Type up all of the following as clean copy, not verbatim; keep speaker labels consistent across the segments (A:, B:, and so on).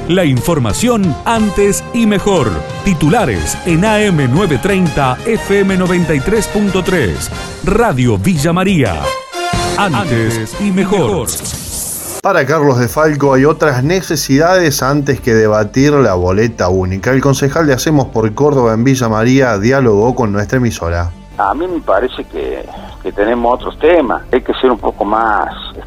A: La información antes y mejor. Titulares en AM 930, FM 93.3. Radio Villa María. Antes y mejor.
B: Para Carlos de Falco hay otras necesidades antes que debatir la boleta única. El concejal de Hacemos por Córdoba en Villa María dialogó con nuestra emisora.
C: A mí me parece que tenemos otros temas. Hay que ser un poco más,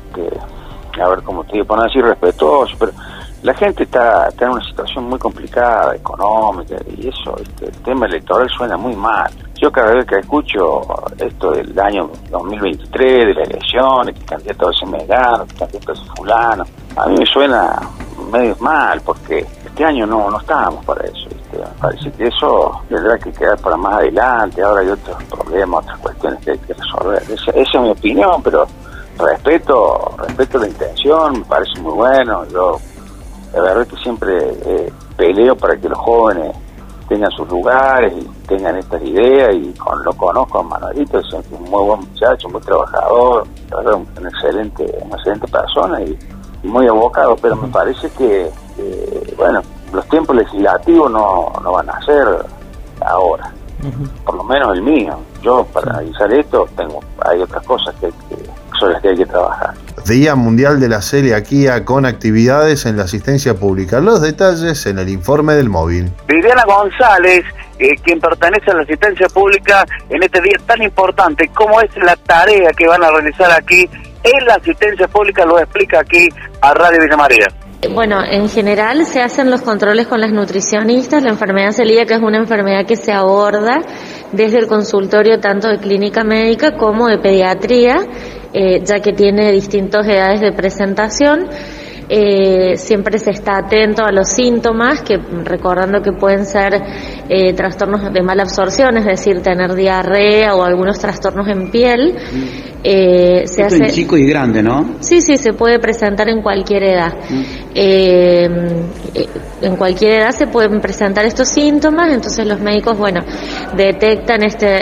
C: a ver cómo te digo, para no decir respetuoso, pero la gente está en una situación muy complicada, económica, y eso, el tema electoral suena muy mal. Yo cada vez que escucho esto del año 2023, de la elección, que el candidato se me gana, que el candidato se fulano, a mí me suena medio mal, porque este año no estábamos para eso. Me parece que eso tendrá que quedar para más adelante. Ahora hay otros problemas, otras cuestiones que hay que resolver. Esa es mi opinión, pero respeto la intención, me parece muy bueno. Yo la verdad es que siempre peleo para que los jóvenes tengan sus lugares y tengan estas ideas, y lo conozco a Manuelito, es un muy buen muchacho, muy trabajador, la verdad, una excelente persona y muy abocado, pero me parece que bueno, los tiempos legislativos no van a ser ahora, por lo menos el mío. Yo para analizar esto hay otras cosas sobre las que hay que trabajar.
B: Día Mundial de la Celiaquía con actividades en la asistencia pública. Los detalles en el informe del móvil.
D: Viviana González, quien pertenece a la asistencia pública en este día tan importante, ¿cómo es la tarea que van a realizar aquí en la asistencia pública? Lo explica aquí a Radio Villa María.
E: Bueno, en general se hacen los controles con las nutricionistas. La enfermedad celíaca es una enfermedad que se aborda desde el consultorio tanto de clínica médica como de pediatría, ya que tiene distintas edades de presentación. Siempre se está atento a los síntomas, recordando que pueden ser trastornos de mala absorción, es decir, tener diarrea o algunos trastornos en piel.
F: Esto en chico y grande, ¿no?
E: Sí, se puede presentar en cualquier edad. En cualquier edad se pueden presentar estos síntomas, entonces los médicos, detectan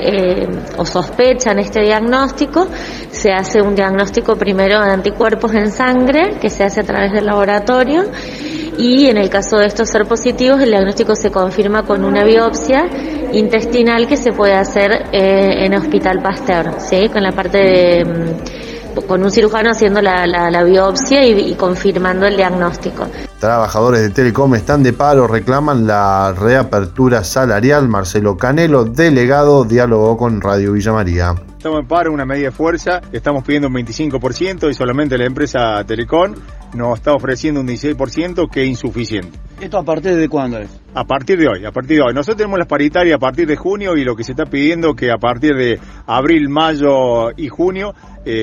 E: o sospechan este diagnóstico. Se hace un diagnóstico primero de anticuerpos en sangre, que se hace a través del laboratorio, y en el caso de estos ser positivos, el diagnóstico se confirma con una biopsia intestinal que se puede hacer en Hospital Pasteur, ¿sí? Con la parte con un cirujano haciendo la biopsia y confirmando el diagnóstico.
B: Trabajadores de Telecom están de paro, reclaman la reapertura salarial. Marcelo Canelo, delegado, dialogó con Radio Villa María.
G: Estamos en paro, una medida de fuerza, estamos pidiendo un 25% y solamente la empresa Telecom nos está ofreciendo un 16%, que es insuficiente.
F: ¿Esto a partir de cuándo es?
G: A partir de hoy. Nosotros tenemos las paritarias a partir de junio, y lo que se está pidiendo que a partir de abril, mayo y junio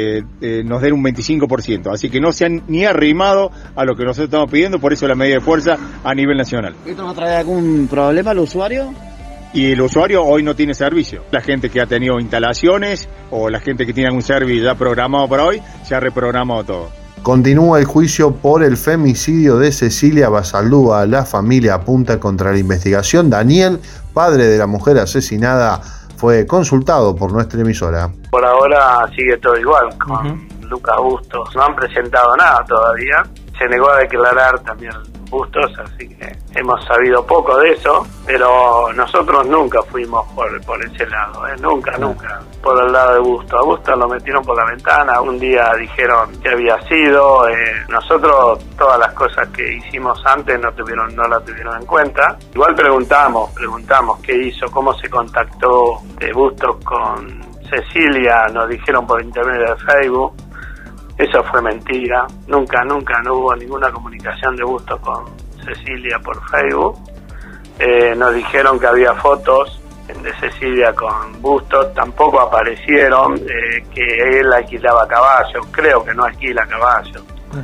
G: nos den un 25%. Así que no se han ni arrimado a lo que nosotros estamos pidiendo, por eso la medida de fuerza a nivel nacional.
F: ¿Esto nos trae algún problema al usuario?
G: Y el usuario hoy no tiene servicio. La gente que ha tenido instalaciones o la gente que tiene algún servicio ya programado para hoy, se ha reprogramado todo.
B: Continúa el juicio por el femicidio de Cecilia Basaldúa. La familia apunta contra la investigación. Daniel, padre de la mujer asesinada, fue consultado por nuestra emisora.
H: Por ahora sigue todo igual con Lucas Bustos. No han presentado nada todavía. Se negó a declarar también Bustos, así que hemos sabido poco de eso, pero nosotros nunca fuimos por ese lado, nunca, por el lado de Bustos. A Bustos lo metieron por la ventana, un día dijeron que había sido, nosotros todas las cosas que hicimos antes no la tuvieron en cuenta. Igual preguntamos qué hizo, cómo se contactó Bustos con Cecilia, nos dijeron por intermedio de Facebook. Eso fue mentira, nunca no hubo ninguna comunicación de Bustos con Cecilia por Facebook. Nos dijeron que había fotos de Cecilia con Bustos, tampoco aparecieron, que él alquilaba caballos, creo que no alquila caballos.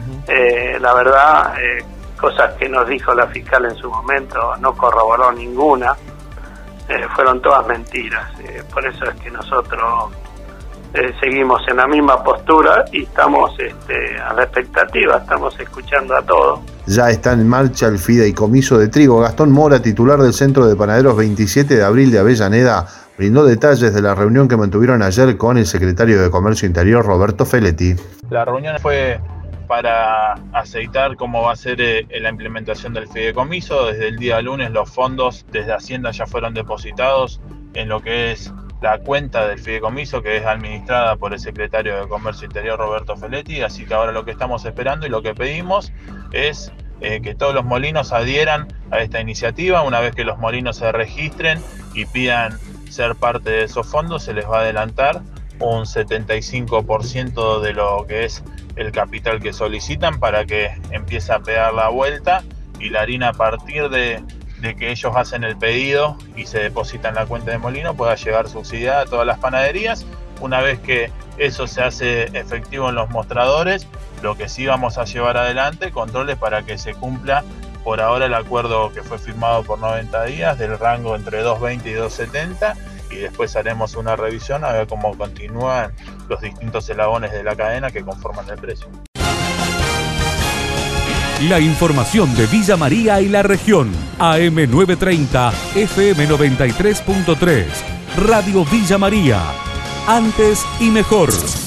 H: La verdad, cosas que nos dijo la fiscal en su momento, no corroboró ninguna, fueron todas mentiras, por eso es que nosotros seguimos en la misma postura y estamos a la expectativa, estamos escuchando a todos.
B: Ya está en marcha el fideicomiso de trigo. Gastón Mora, titular del Centro de Panaderos 27 de Abril de Avellaneda, brindó detalles de la reunión que mantuvieron ayer con el secretario de Comercio Interior, Roberto Feletti.
I: La reunión fue para aceitar cómo va a ser la implementación del fideicomiso. Desde el día lunes los fondos desde Hacienda ya fueron depositados en lo que es la cuenta del fideicomiso, que es administrada por el secretario de Comercio Interior, Roberto Feletti. Así que ahora lo que estamos esperando y lo que pedimos es que todos los molinos adhieran a esta iniciativa. Una vez que los molinos se registren y pidan ser parte de esos fondos, se les va a adelantar un 75% de lo que es el capital que solicitan para que empiece a pegar la vuelta y la harina, a partir de que ellos hacen el pedido y se deposita en la cuenta de molino, pueda llegar subsidiada a todas las panaderías. Una vez que eso se hace efectivo en los mostradores, lo que sí vamos a llevar adelante, controles para que se cumpla por ahora el acuerdo que fue firmado por 90 días del rango entre 2.20 y 2.70, y después haremos una revisión a ver cómo continúan los distintos eslabones de la cadena que conforman el precio.
A: La información de Villa María y la región. AM930, FM93.3. Radio Villa María. Antes y mejor.